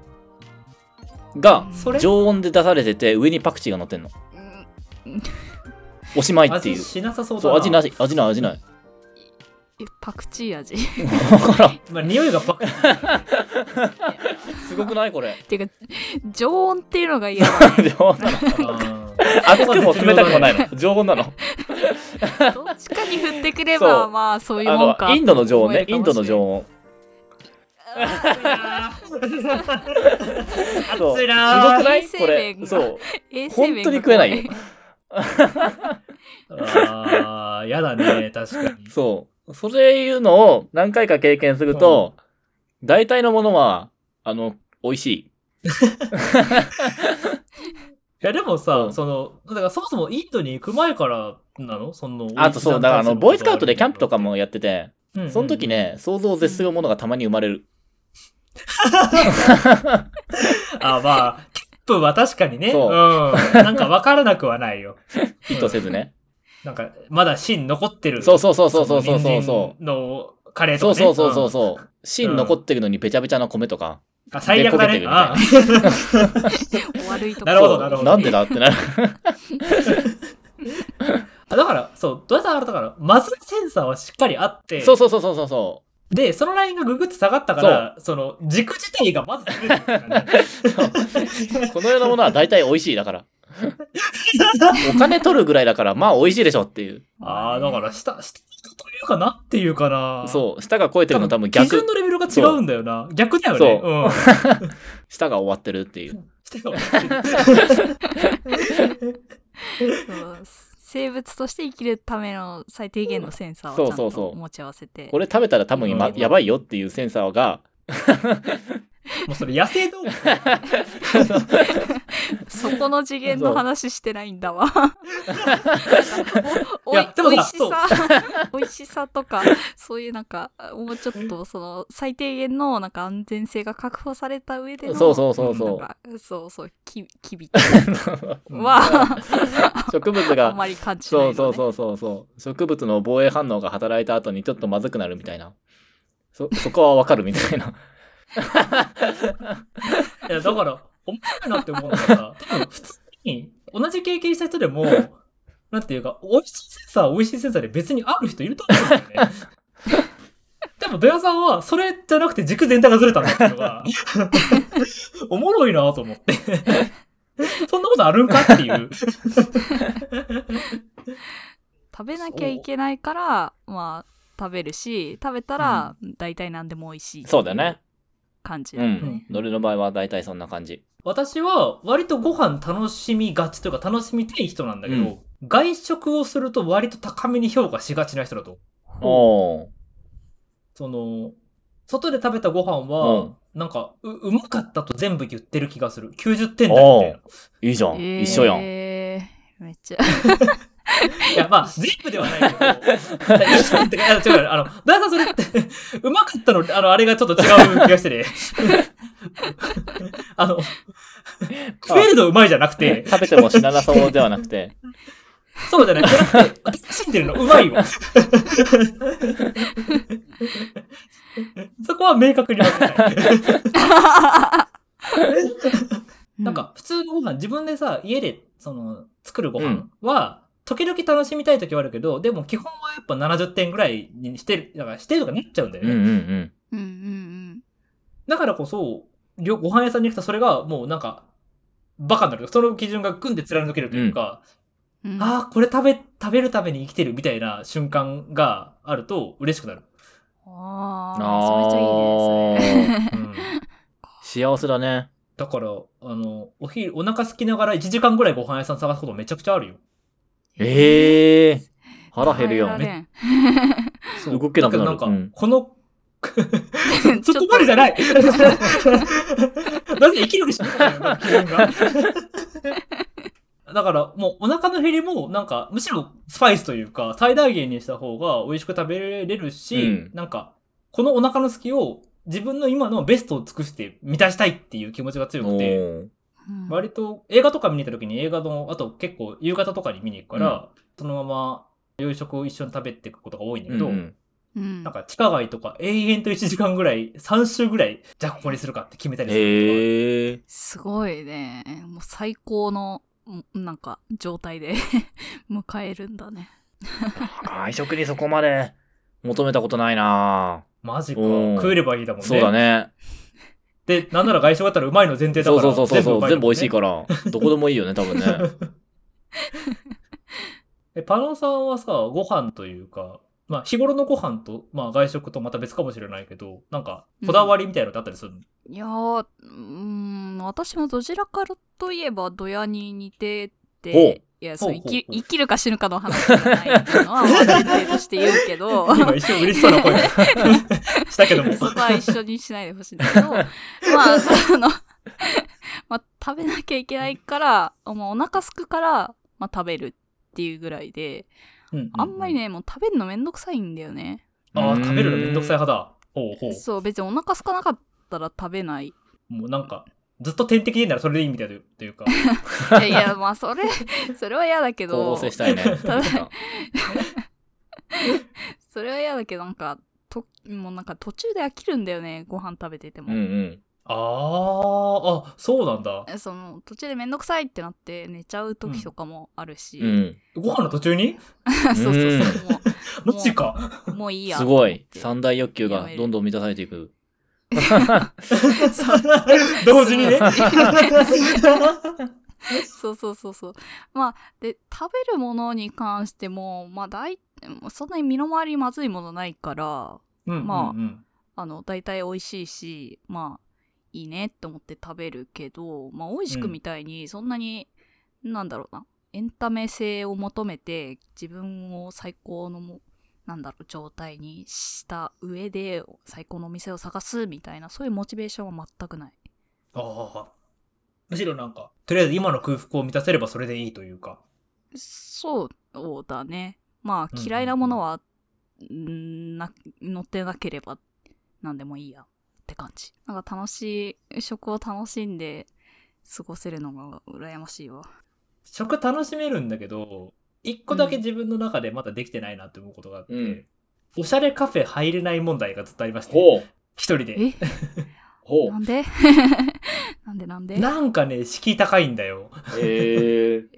B: が、
C: それ
B: 常温で出されてて、上にパクチーが乗ってんの。
A: うん
B: おしまいっていう。
C: 味しなさそうだ
B: そう、
C: な。
B: 味なし、味ない、味ない。
A: えパクチー味。
B: だからん、
C: まあ、匂いがパクチー。
B: すごくないこれ。
A: ていうか、常温っていうのが嫌だね。
B: 常温なの。
C: あ
B: 熱くも冷たくもないの。常温なの。
A: どっちかに振ってくれ
B: そ
A: ば、
B: う
A: まあ、そういう
B: あ
A: もんか。
B: の、インドの常温ね。インド
A: 思えるかもしれん
B: の常温。そう。すごく
C: 熱いなー
B: ない
A: 衛生
B: これ
A: 面。が
B: そう。
A: 衛生面が
B: 本当に食えないよ。
C: あー、やだね、確かに。
B: そう。それいうのを何回か経験すると、大体のものは、あの、美味しい。
C: いやでもさ、
B: うん
C: そのだからそもそもインドに行く前からなのその
B: あとそう、だからあの、ボーイスカウトでキャンプとかもやってて、
C: うんうん
B: その時ね、想像を絶するものがたまに生まれる。
C: あ、まあキャンプは確かにね、
B: そう
C: うん、なんか分からなくはないよ。
B: 意図せずね。
C: なんかまだ芯残ってる。
B: そうそうそうそうそうそうそうそ
C: そのカレー
B: う。
C: とかね。
B: そうそうそうそう
C: うん
B: そう。芯残ってるのにべちゃべちゃな米とか。
C: あ、最悪だね。
B: で焦
C: あ
A: 悪いとこ
C: なるほど
B: そう
C: なるほど
B: なんでだってなる。
C: あだからそうどうやったらだからまずいセンサーはしっかりあって、
B: そうそうそうそうそうそ
C: でそのラインがググって下がったからその軸自体がまずずれてるからね。
B: う。このようなものは大体美味しいだから。お金取るぐらいだから、まあ美味しいでしょっていう。
C: ああ、だから下、下というかなっていうかな。
B: そう。舌が超えてるの多分
C: 基
B: 逆
C: 準。のレベルが違うんだよな。逆だよね。
B: そう
C: うん。
B: 舌が終わってるっていう。
C: 下が
A: そう生物として生きるための最低限のセンサーをちゃん
B: そうそうそう
A: と持ち合わせて。
B: これ食べたら多分今
C: うん
B: やばいよっていうセンサーが、
C: もうそれ野生動物。
A: そこの次元の話してないんだわ。おおい
C: いやでもさ
A: 美味しさ美味しさとかそういうなんかもうちょっとその最低限のなんか安全性が確保された上での
B: そうそうそうそう
A: なんかそうそうききびは
B: 植物
A: あん
B: が、
A: まり感じないの、ね、
B: そうそうそうそうそう。植物の防衛反応が働いた後にちょっとまずくなるみたいな。そ、そこはわかるみたいな。
C: いや、だから、面白いなって思うのがさ、多分普通に同じ経験した人でも、なんていうか、美味しいセンサーは美味しいセンサーで別にある人いると思うんだよね。でも、ドヤさんは、それじゃなくて軸全体がずれたんだっていうのが、おもろいなと思って。そんなことあるんかっていう。
A: 食べなきゃいけないからまあ食べるし、食べたら大体何でも美味しい。
B: そうだよね。
A: 感じ
B: う
A: だよね。
B: ん。俺の場合は大体そんな感じ。
C: 私は割とご飯楽しみがちというか楽しみたい人なんだけど、
B: うん
C: 外食をすると割と高めに評価しがちな人だと。
B: おー。
C: その、外で食べたご飯は、なんかう、うまかったと全部言ってる気がする。きゅうじゅってん台みたいな。
B: いいじゃん。
A: えー、
B: 一緒やん。
A: めっちゃ。
C: いや、まあ、全部ではないけど、一緒ってか、違う、あの、ダンさんそれって、うまかったの、あの、あれがちょっと違う気がしてね。あの、食えるのうまいじゃなくて、
B: 食べても死ななそうではなくて。
C: そうじゃない。じゃなくて、私信じてるのうまいわ。そこは明確に分かんない。なんか、普通のご飯、自分でさ、家で、その、作るご飯は、時々楽しみたい時はあるけど、でも基本はやっぱななじゅってんぐらいにしてる、だからしてるとかなっちゃうんだよね。
B: うんうんうん。
A: うんうんうん。
C: だからこそ、ご飯屋さんに行くとそれがもうなんか、バカになる。その基準がグンで貫けるというか、
A: うん、
C: ああ、これ食べ、食べるために生きてるみたいな瞬間があると嬉しくなる。
A: ああ、めちゃめちゃいいね、それ。
C: うん、
B: 幸せだね。
C: だから、あの、お昼、お腹空きながらいちじかんぐらいご飯屋さん探すことめちゃくちゃあるよ。
B: ええー、腹減るよ。
A: 耐えられん。
C: そう
B: 動けなくなる
C: だけどなんか、
B: うん、
C: この、そこまでじゃないなぜ生きる気しないの気分が。だからもうお腹の減りもなんかむしろスパイスというか最大限にした方が美味しく食べれるし、うん、なんかこのお腹の空きを自分の今のベストを尽くして満たしたいっていう気持ちが強くて、割と映画とか見に行った時に映画のあと結構夕方とかに見に行くから、うん、そのまま夕食を一緒に食べていくことが多いんだけど、うんうん、なんか地下街とか永遠といちじかんぐらいさん週ぐらいじゃあここにするかって決めたりすることがある。
B: へー、
A: すごいね。もう最高のなんか状態で迎えるんだね。
B: 外食にそこまで求めたことないな。
C: マジか。食えればいいだもんね。
B: そうだね。
C: で、なんなら外食だったらうまいの前提だから。
B: そうそうそうそう、全部美味しいから、どこでもいいよね、多分ね。
C: え、パノさんはさ、ご飯というか、まあ日頃のご飯と、まあ外食とまた別かもしれないけど、なんかこだわりみたいなのってあったりするの？
A: うん、いやー、うーん、私もどちらかといえばドヤに似てて、いや、そう生き、生きるか死ぬかの話じゃないっていうのは前提として言うけど
C: 今一瞬嬉しそうな声がしたけども
A: そこは一緒にしないでほしいんだけどまあそのまあ食べなきゃいけないから、もうお腹すくから、まあ、食べるっていうぐらいで、うんうんうん、あんまりねもう食べるのめんどくさいんだよね。
C: ああ、食べるのめんどくさい派だ。ほうほう。
A: そう、別にお腹すかなかったら食べない。
C: もうなんかずっと点滴でいいならそれでいいみたいなっていうか
A: いやいや、まあそれそれは嫌だけど、
B: 合成したいねただ
A: それは嫌だけど、なんかともうなんか途中で飽きるんだよね、ご飯食べてても。
B: うんうん、
C: あーあ、そうなんだ。
A: その途中でめんどくさいってなって寝ちゃう時とかもあるし、
C: うんうん、ご飯の途中に
A: そうそうそう、も
C: うマジか。
A: もういいや。
B: すごい三大欲求がどんどん満たされていく。
C: 同時にね。
A: そうそうそうそう。まあで食べるものに関しても、まあ大そんなに身の回りまずいものないから、
C: うんうんうん、
A: まああの大体美味しいし、まあいいねって思って食べるけど、まあ美味しくみたいにそんなに、うん、なんだろうな、エンタメ性を求めて自分を最高のもなんだろう状態にした上で最高のお店を探すみたいな、そういうモチベーションは全くない。
C: ああ、むしろなんかとりあえず今の空腹を満たせればそれでいいというか。
A: そうだね。まあ嫌いなものは、うんうん、な乗ってなければ何でもいいやって感じ。なんか楽しい食を楽しんで過ごせるのが羨ましいわ。
C: 食楽しめるんだけど、一個だけ自分の中でまだできてないなって思うことがあって、うん、おしゃれカフェ入れない問題がずっとありまして、一人で。
A: えほうなんでなんでなんで
C: なんかね、敷居高いんだよ。
B: へー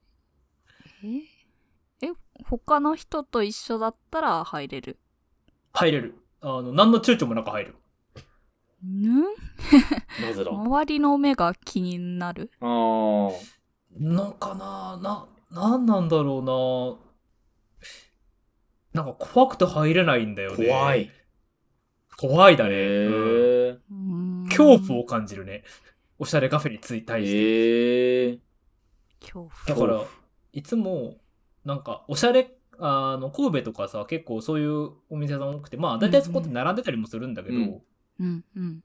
A: ええ他の人と一緒だったら入れる？
C: 入れる。あの何の躊躇もなく入る。
A: ぬ
B: なぜだ？
A: 周りの目が気になる。
B: あー
C: なんかなななんなんだろうな。 なんか怖くて入れないんだよね。
B: 怖い。
C: 怖いだね。
B: へ
C: うん
B: ー。
A: うーん
C: 恐怖を感じるね。おしゃれカフェについ対して。
B: へー。
A: 恐怖。
C: だから、いつも、なんか、おしゃれ、あの、神戸とかさ、結構そういうお店さん多くて、まあ、だいたいそこって並んでたりもするんだけど、
B: うん
A: うんうん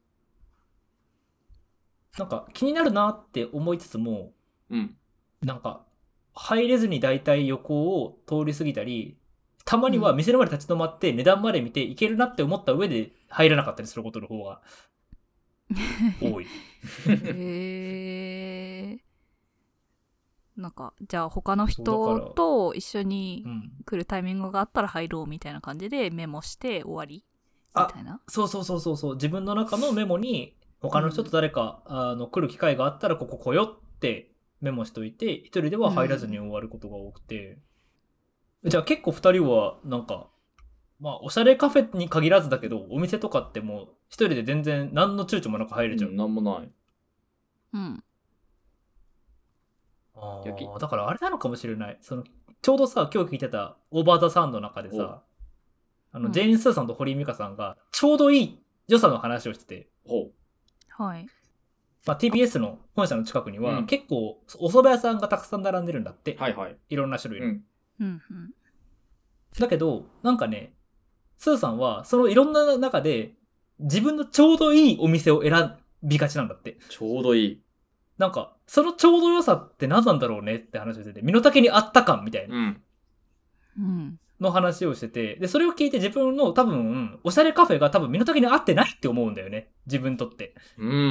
C: なんか、気になるなって思いつつも、
B: うん。
C: なんか、入れずにだいたい横を通り過ぎたり、たまには店の前で立ち止まって値段まで見ていけるなって思った上で入らなかったりすることの方が多い。
A: へえ。なんかじゃあ他の
C: そうだ
A: 人
C: から
A: と一緒に
C: うん。
A: 来るタイミングがあったら入ろうみたいな感じでメモして終わりみたいな。
C: そうそうそうそうそう。自分の中のメモに他の人と誰か、あの来る機会があったらここ来よってメモしといて、一人では入らずに終わることが多くて。じゃあ結構二人はなんか、まあおしゃれカフェに限らずだけど、お店とかってもう一人で全然何の躊躇もなく入れちゃう。
B: うん、なんもない。
A: うん
C: あ
B: 焼き
C: ーだからあれなのかもしれない。そのちょうどさ、今日聞いてたオーバーザサウンドの中でさ、あの、
A: うん
C: ジェーン・スーさんと堀井美香さんがちょうどいい良さの話をしてて、
B: ほ
A: はい。
C: まあ、ティービーエス の本社の近くには
B: うん
C: 結構お蕎麦屋さんがたくさん並んでるんだって。
B: う。はいはい。
C: いろんな種類の。
B: うん。
A: うんうん
C: だけど、なんかね、スーさんはそのいろんな中で自分のちょうどいいお店を選びがちなんだって。
B: ちょうどいい。
C: なんか、そのちょうど良さって何なんだろうねって話をしてて、身の丈にあった感みたいな
B: うん。
A: うん
C: の話をしてて、で、それを聞いて自分の多分、おしゃれカフェが多分身の丈に合ってないって思うんだよね。自分にとって。
B: うん。う。
A: うん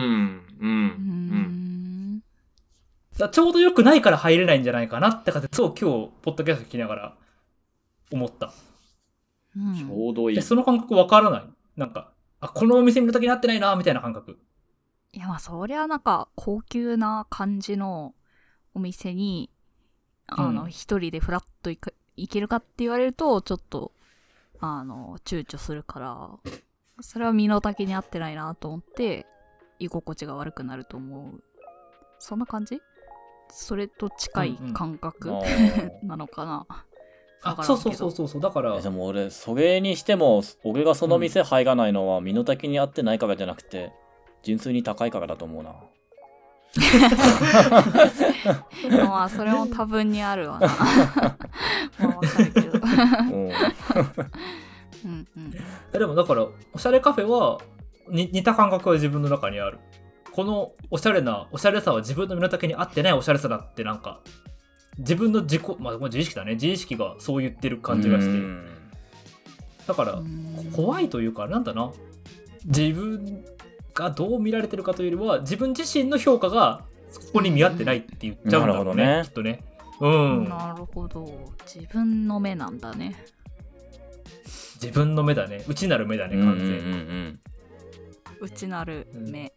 A: ん
C: だからちょうど良くないから入れないんじゃないかなって仮説を今日、ポッドキャスト聞きながら思った。
A: うん
B: ちょうどいい
C: で、。その感覚わからない。なんか、あ、このお店身の丈に合ってないな、みたいな感覚。
A: いやまあそりゃなんか高級な感じのお店にあ
C: うん
A: の一人でフラッと行く行けるかって言われるとちょっとあの躊躇するからそれは身の丈に合ってないなと思って居心地が悪くなると思う。そんな感じ？それと近い感覚、
B: あー
A: なのかな。
C: あ、
A: わから
C: そう
A: んけど
C: そうそうそうそう。だから
B: え、でも俺、それにしても、俺がその店入らないのは身の丈に合ってないからじゃなくて、純粋に高いからだと思うな。
A: まあそれも多分にあるわな。まあわかるけど。
B: うん。
A: うんうん。
C: えでもだから、おしゃれカフェはに似た感覚は自分の中にある。このおしゃれな、おしゃれさは自分の身の丈に合ってないおしゃれさだってなんか、自分の自己、まあこれ自意識だね。自意識がそう言ってる感じがして。
B: うん
C: だから、
A: うん
C: 怖いというか、なんだな。自分がどう見られてるかというよりは、自分自身の評価がそこに見合ってないって言っちゃうんだろうね。
B: なるほどね
C: きっとね。うん。
A: なるほど。自分の目なんだね。
C: 自分の目だね。内なる目だね、
B: うんうん
C: 完全に。
B: うん
A: 内なる目。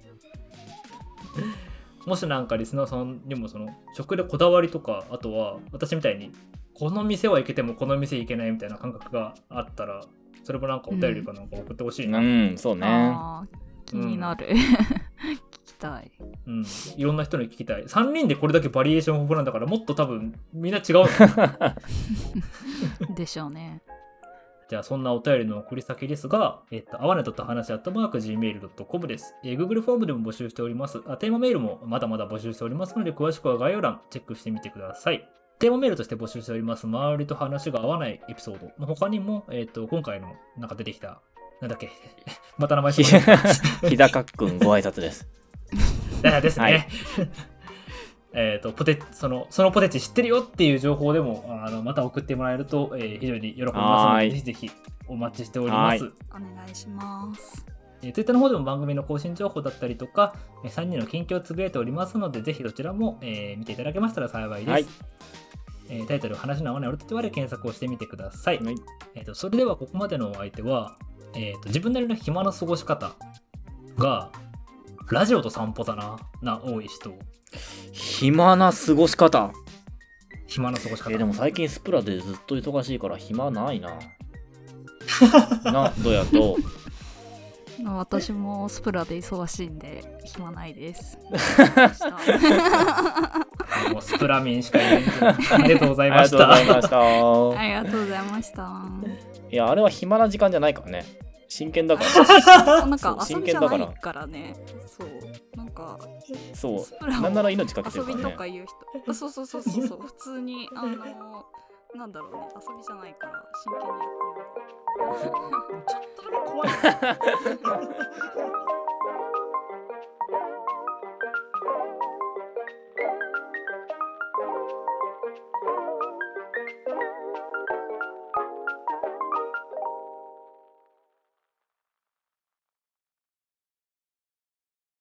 C: もしなんかリスナーさんにもその食でこだわりとか、あとは私みたいにこの店は行けてもこの店行けないみたいな感覚があったら、それもなんかお便りかなんか送ってほしいな。
B: うん。うん、そうね。
A: あー気になる。聞きたい。
C: うん。いろんな人に聞きたい。さんにんでこれだけバリエーション豊富なんだから、もっと多分みんな違うのかな。
A: でしょうね。
C: じゃあそんなお便りの送り先ですが、えっと、あわねとった話、アットマーク、ジーメールドットコム です。えー Google フォームでも募集しておりますあ。テーマメールもまだまだ募集しておりますので、詳しくは概要欄チェックしてみてください。テーマメールとして募集しております、周りと話が合わないエピソードの他にも、えっと、今回のなんか出てきた、なんだっけ、また名前
B: ひ
C: してもらった
B: 日高くんご挨拶です。
C: あですね。
B: はい
C: えっと、ポテその、そのポテチ知ってるよっていう情報でも、あの、また送ってもらえると、えー非常に喜びますので、
B: はい
C: ぜひぜひお待ちしております。
B: は
A: お願いします。
C: えー、Twitter の方でも番組の更新情報だったりとか、えーさんにんの近況をつぶやいておりますので、ぜひどちらも、えー見ていただけましたら幸いです。
B: はい
C: えータイトル、話の合わない俺たちはで検索をしてみてください。
B: はい
C: えーとそれではここまでのお相手は、えーと自分なりの暇の過ごし方が、ラジオと散歩だな、な多い人、
B: 暇な過ごし方。
C: 暇の過ごし方。
B: えーでも最近スプラでずっと忙しいから暇ないな。な、どうやと。
A: 私もスプラで忙しいんで暇ないです。
C: あもうスプラミンしか言えないけどありがとうござい
B: ありがとうご
C: ました
B: ざいました。
A: ありがとうございました。
B: いや、あれは暇な時間じゃないからね。真剣だから。
A: なんか
B: そう
A: 遊びじゃない
B: 真剣だから
A: からね。そう。なんか
B: そ
A: スプラ
B: う。なんなら命かけて
A: 遊びと
B: るからね。
A: か言う人。あそうそうそうそうそう。普通にあのなんだろうね、遊びじゃないから真剣にやってる。
C: ちょっとだけ怖い